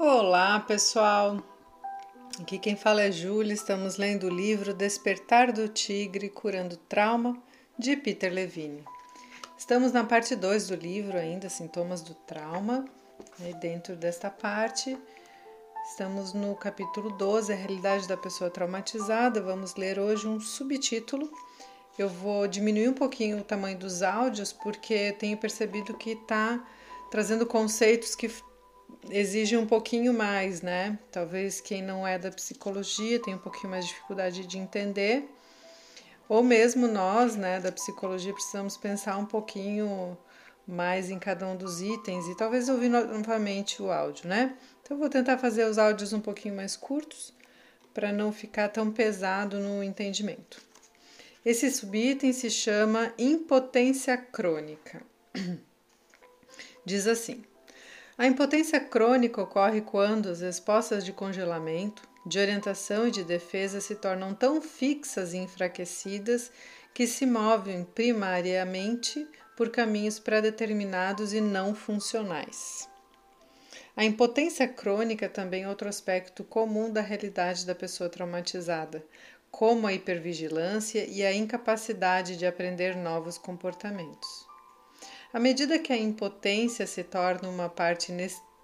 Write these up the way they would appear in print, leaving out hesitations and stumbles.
Olá, pessoal! Aqui quem fala é Júlia. Estamos lendo o livro Despertar do Tigre, Curando Trauma, de Peter Levine. Estamos na parte 2 do livro ainda, Sintomas do Trauma. E dentro desta parte, estamos no capítulo 12, a realidade da pessoa traumatizada. Vamos ler hoje um subtítulo. Eu vou diminuir um pouquinho o tamanho dos áudios, porque tenho percebido que está trazendo conceitos que exige um pouquinho mais, né? Talvez quem não é da psicologia tenha um pouquinho mais de dificuldade de entender, ou mesmo nós, né, da psicologia, precisamos pensar um pouquinho mais em cada um dos itens e talvez ouvir novamente o áudio, né? Então eu vou tentar fazer os áudios um pouquinho mais curtos para não ficar tão pesado no entendimento. Esse subitem se chama impotência crônica. Diz assim: a impotência crônica ocorre quando as respostas de congelamento, de orientação e de defesa se tornam tão fixas e enfraquecidas que se movem primariamente por caminhos pré-determinados e não funcionais. A impotência crônica é também outro aspecto comum da realidade da pessoa traumatizada, como a hipervigilância e a incapacidade de aprender novos comportamentos. À medida que a impotência se torna uma parte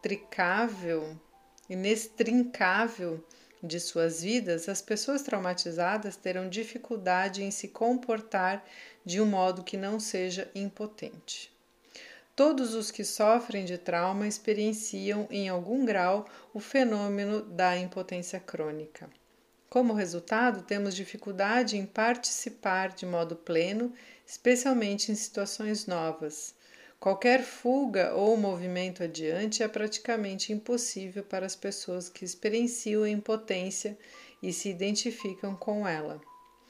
inextrincável de suas vidas, as pessoas traumatizadas terão dificuldade em se comportar de um modo que não seja impotente. Todos os que sofrem de trauma experienciam, em algum grau, o fenômeno da impotência crônica. Como resultado, temos dificuldade em participar de modo pleno, especialmente em situações novas. Qualquer fuga ou movimento adiante é praticamente impossível para as pessoas que experienciam a impotência e se identificam com ela.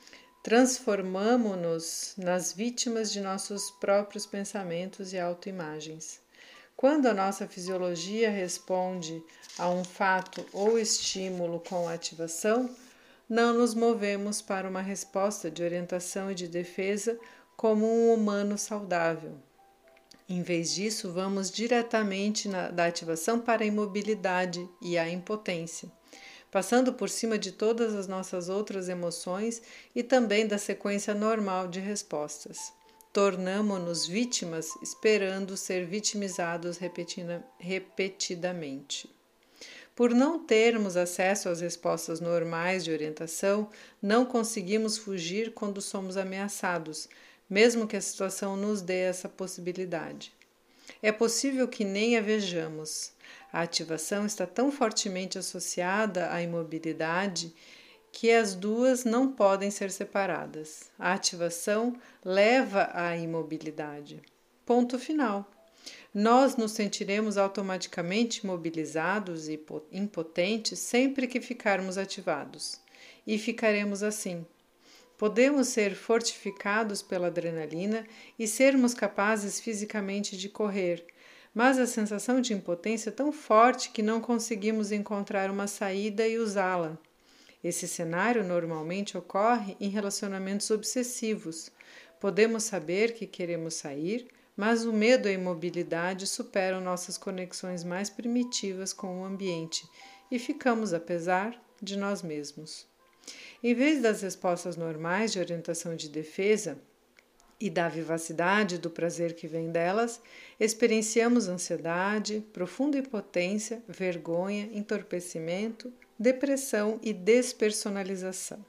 Transformamo-nos nas vítimas de nossos próprios pensamentos e autoimagens. Quando a nossa fisiologia responde a um fato ou estímulo com ativação, não nos movemos para uma resposta de orientação e de defesa como um humano saudável. Em vez disso, vamos diretamente da ativação para a imobilidade e a impotência, passando por cima de todas as nossas outras emoções e também da sequência normal de respostas. Tornamo-nos vítimas esperando ser vitimizados repetidamente. Por não termos acesso às respostas normais de orientação, não conseguimos fugir quando somos ameaçados, mesmo que a situação nos dê essa possibilidade. É possível que nem a vejamos. A ativação está tão fortemente associada à imobilidade que as duas não podem ser separadas. A ativação leva à imobilidade. Ponto final. Nós nos sentiremos automaticamente imobilizados e impotentes sempre que ficarmos ativados. E ficaremos assim. Podemos ser fortificados pela adrenalina e sermos capazes fisicamente de correr, mas a sensação de impotência é tão forte que não conseguimos encontrar uma saída e usá-la. Esse cenário normalmente ocorre em relacionamentos obsessivos. Podemos saber que queremos sair, mas o medo e a imobilidade superam nossas conexões mais primitivas com o ambiente e ficamos apesar de nós mesmos. Em vez das respostas normais de orientação de defesa e da vivacidade do prazer que vem delas, experienciamos ansiedade, profunda impotência, vergonha, entorpecimento, depressão e despersonalização.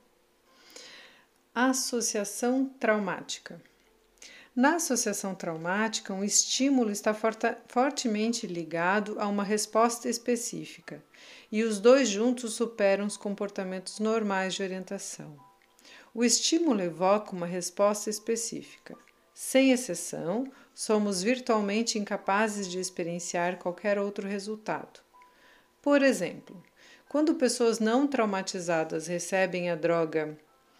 Associação traumática. Na associação traumática, um estímulo está fortemente ligado a uma resposta específica, e os dois juntos superam os comportamentos normais de orientação. O estímulo evoca uma resposta específica. Sem exceção, somos virtualmente incapazes de experienciar qualquer outro resultado. Por exemplo, quando pessoas não traumatizadas recebem a droga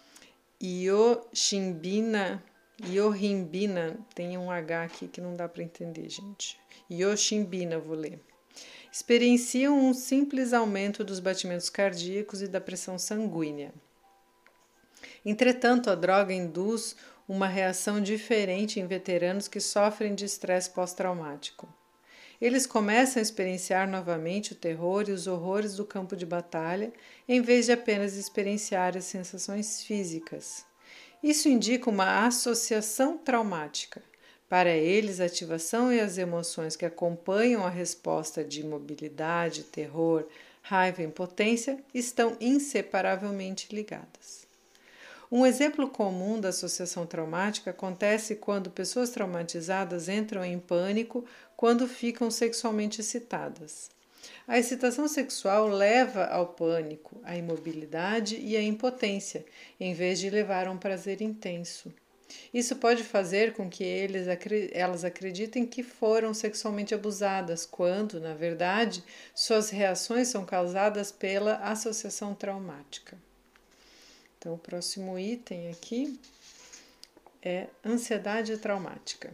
iohimbina, tem um H aqui que não dá para entender, gente. Iohimbina, vou ler. Experienciam um simples aumento dos batimentos cardíacos e da pressão sanguínea. Entretanto, a droga induz uma reação diferente em veteranos que sofrem de estresse pós-traumático. Eles começam a experienciar novamente o terror e os horrores do campo de batalha, em vez de apenas experienciar as sensações físicas. Isso indica uma associação traumática. Para eles, a ativação e as emoções que acompanham a resposta de imobilidade, terror, raiva e impotência estão inseparavelmente ligadas. Um exemplo comum da associação traumática acontece quando pessoas traumatizadas entram em pânico quando ficam sexualmente excitadas. A excitação sexual leva ao pânico, à imobilidade e à impotência, em vez de levar a um prazer intenso. Isso pode fazer com que elas acreditem que foram sexualmente abusadas, quando, na verdade, suas reações são causadas pela associação traumática. Então, o próximo item aqui é ansiedade traumática.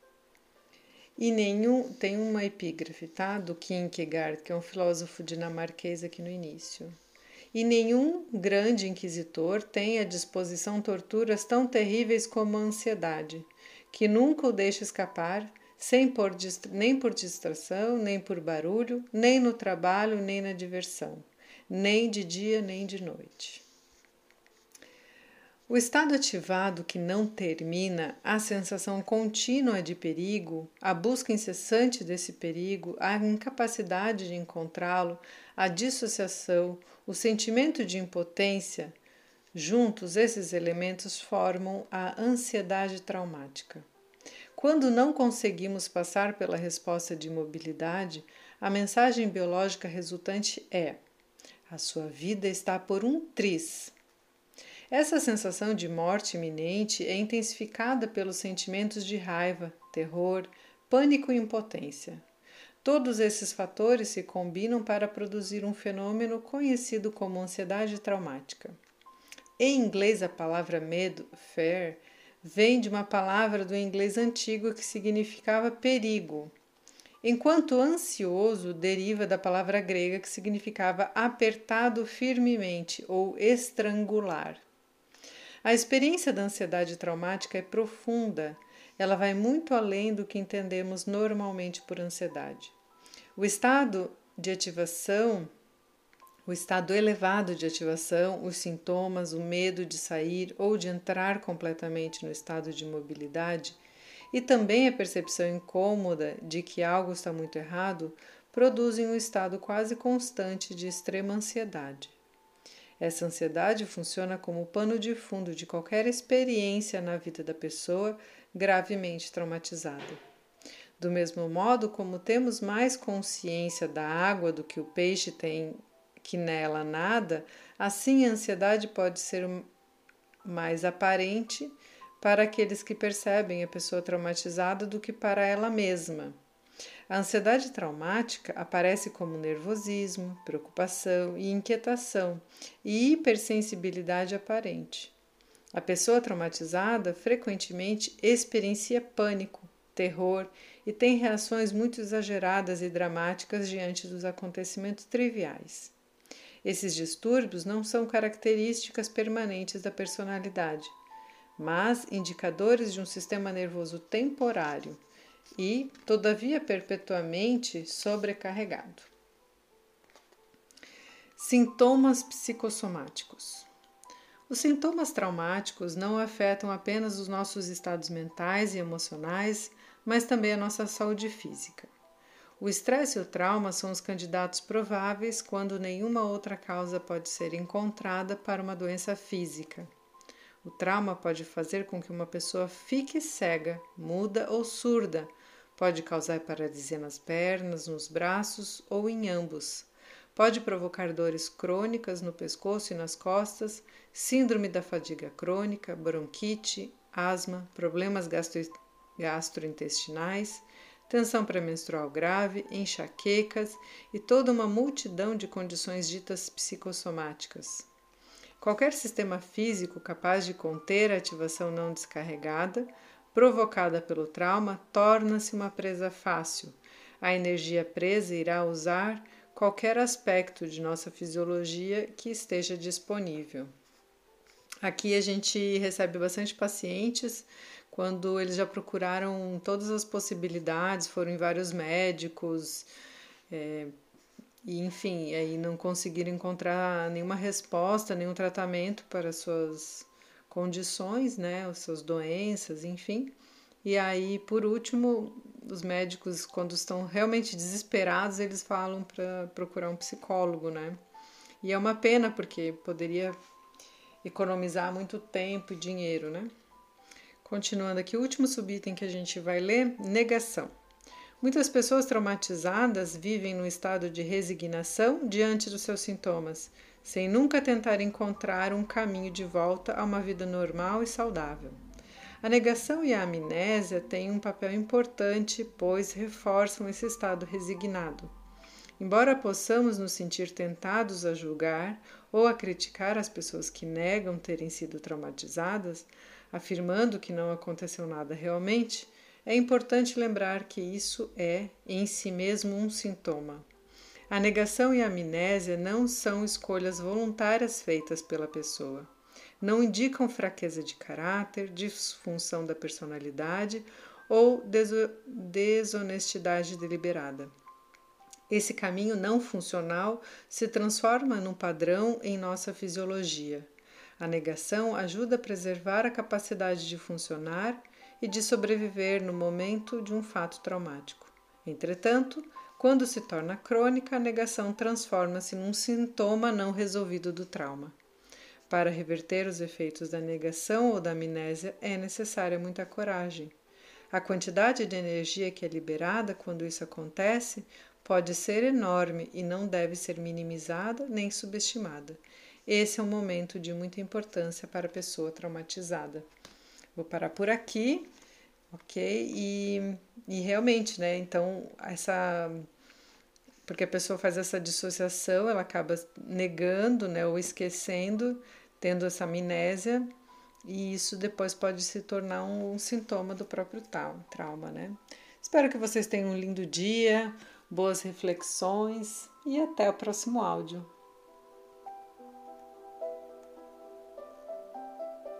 Tem uma epígrafe, tá? Do Kierkegaard, que é um filósofo dinamarquês aqui no início. E nenhum grande inquisitor tem à disposição torturas tão terríveis como a ansiedade, que nunca o deixa escapar, nem por distração, nem por barulho, nem no trabalho, nem na diversão, nem de dia, nem de noite. O estado ativado que não termina, a sensação contínua de perigo, a busca incessante desse perigo, a incapacidade de encontrá-lo, a dissociação, o sentimento de impotência, juntos esses elementos formam a ansiedade traumática. Quando não conseguimos passar pela resposta de imobilidade, a mensagem biológica resultante é: a sua vida está por um triz. Essa sensação de morte iminente é intensificada pelos sentimentos de raiva, terror, pânico e impotência. Todos esses fatores se combinam para produzir um fenômeno conhecido como ansiedade traumática. Em inglês, a palavra medo, fear, vem de uma palavra do inglês antigo que significava perigo, enquanto ansioso deriva da palavra grega que significava apertado firmemente ou estrangular. A experiência da ansiedade traumática é profunda, ela vai muito além do que entendemos normalmente por ansiedade. O estado elevado de ativação, os sintomas, o medo de sair ou de entrar completamente no estado de imobilidade e também a percepção incômoda de que algo está muito errado produzem um estado quase constante de extrema ansiedade. Essa ansiedade funciona como pano de fundo de qualquer experiência na vida da pessoa gravemente traumatizada. Do mesmo modo como temos mais consciência da água do que o peixe tem que nela nada, assim a ansiedade pode ser mais aparente para aqueles que percebem a pessoa traumatizada do que para ela mesma. A ansiedade traumática aparece como nervosismo, preocupação e inquietação e hipersensibilidade aparente. A pessoa traumatizada frequentemente experiencia pânico, terror e tem reações muito exageradas e dramáticas diante dos acontecimentos triviais. Esses distúrbios não são características permanentes da personalidade, mas indicadores de um sistema nervoso temporário e, todavia, perpetuamente sobrecarregado. Sintomas psicossomáticos. Os sintomas traumáticos não afetam apenas os nossos estados mentais e emocionais, mas também a nossa saúde física. O estresse e o trauma são os candidatos prováveis quando nenhuma outra causa pode ser encontrada para uma doença física. O trauma pode fazer com que uma pessoa fique cega, muda ou surda. Pode causar paralisia nas pernas, nos braços ou em ambos. Pode provocar dores crônicas no pescoço e nas costas, síndrome da fadiga crônica, bronquite, asma, problemas gastrointestinais, tensão pré-menstrual grave, enxaquecas e toda uma multidão de condições ditas psicossomáticas. Qualquer sistema físico capaz de conter a ativação não descarregada, provocada pelo trauma, torna-se uma presa fácil. A energia presa irá usar qualquer aspecto de nossa fisiologia que esteja disponível. Aqui a gente recebe bastante pacientes quando eles já procuraram todas as possibilidades, foram em vários médicos, e enfim, aí não conseguiram encontrar nenhuma resposta, nenhum tratamento para suas condições, né, as suas doenças, enfim. E aí, por último, os médicos, quando estão realmente desesperados, eles falam para procurar um psicólogo, né? E é uma pena, porque poderia economizar muito tempo e dinheiro, né? Continuando aqui, o último subitem que a gente vai ler, negação. Muitas pessoas traumatizadas vivem no estado de resignação diante dos seus sintomas, sem nunca tentar encontrar um caminho de volta a uma vida normal e saudável. A negação e a amnésia têm um papel importante, pois reforçam esse estado resignado. Embora possamos nos sentir tentados a julgar ou a criticar as pessoas que negam terem sido traumatizadas, afirmando que não aconteceu nada realmente, é importante lembrar que isso é, em si mesmo, um sintoma. A negação e a amnésia não são escolhas voluntárias feitas pela pessoa. Não indicam fraqueza de caráter, disfunção da personalidade ou desonestidade deliberada. Esse caminho não funcional se transforma num padrão em nossa fisiologia. A negação ajuda a preservar a capacidade de funcionar e de sobreviver no momento de um fato traumático. Entretanto, quando se torna crônica, a negação transforma-se num sintoma não resolvido do trauma. Para reverter os efeitos da negação ou da amnésia é necessária muita coragem. A quantidade de energia que é liberada quando isso acontece pode ser enorme e não deve ser minimizada nem subestimada. Esse é um momento de muita importância para a pessoa traumatizada. Vou parar por aqui, ok? E realmente, né? Então, porque a pessoa faz essa dissociação, ela acaba negando, né? Ou esquecendo, tendo essa amnésia, e isso depois pode se tornar um sintoma do próprio trauma, né? Espero que vocês tenham um lindo dia, boas reflexões e até o próximo áudio.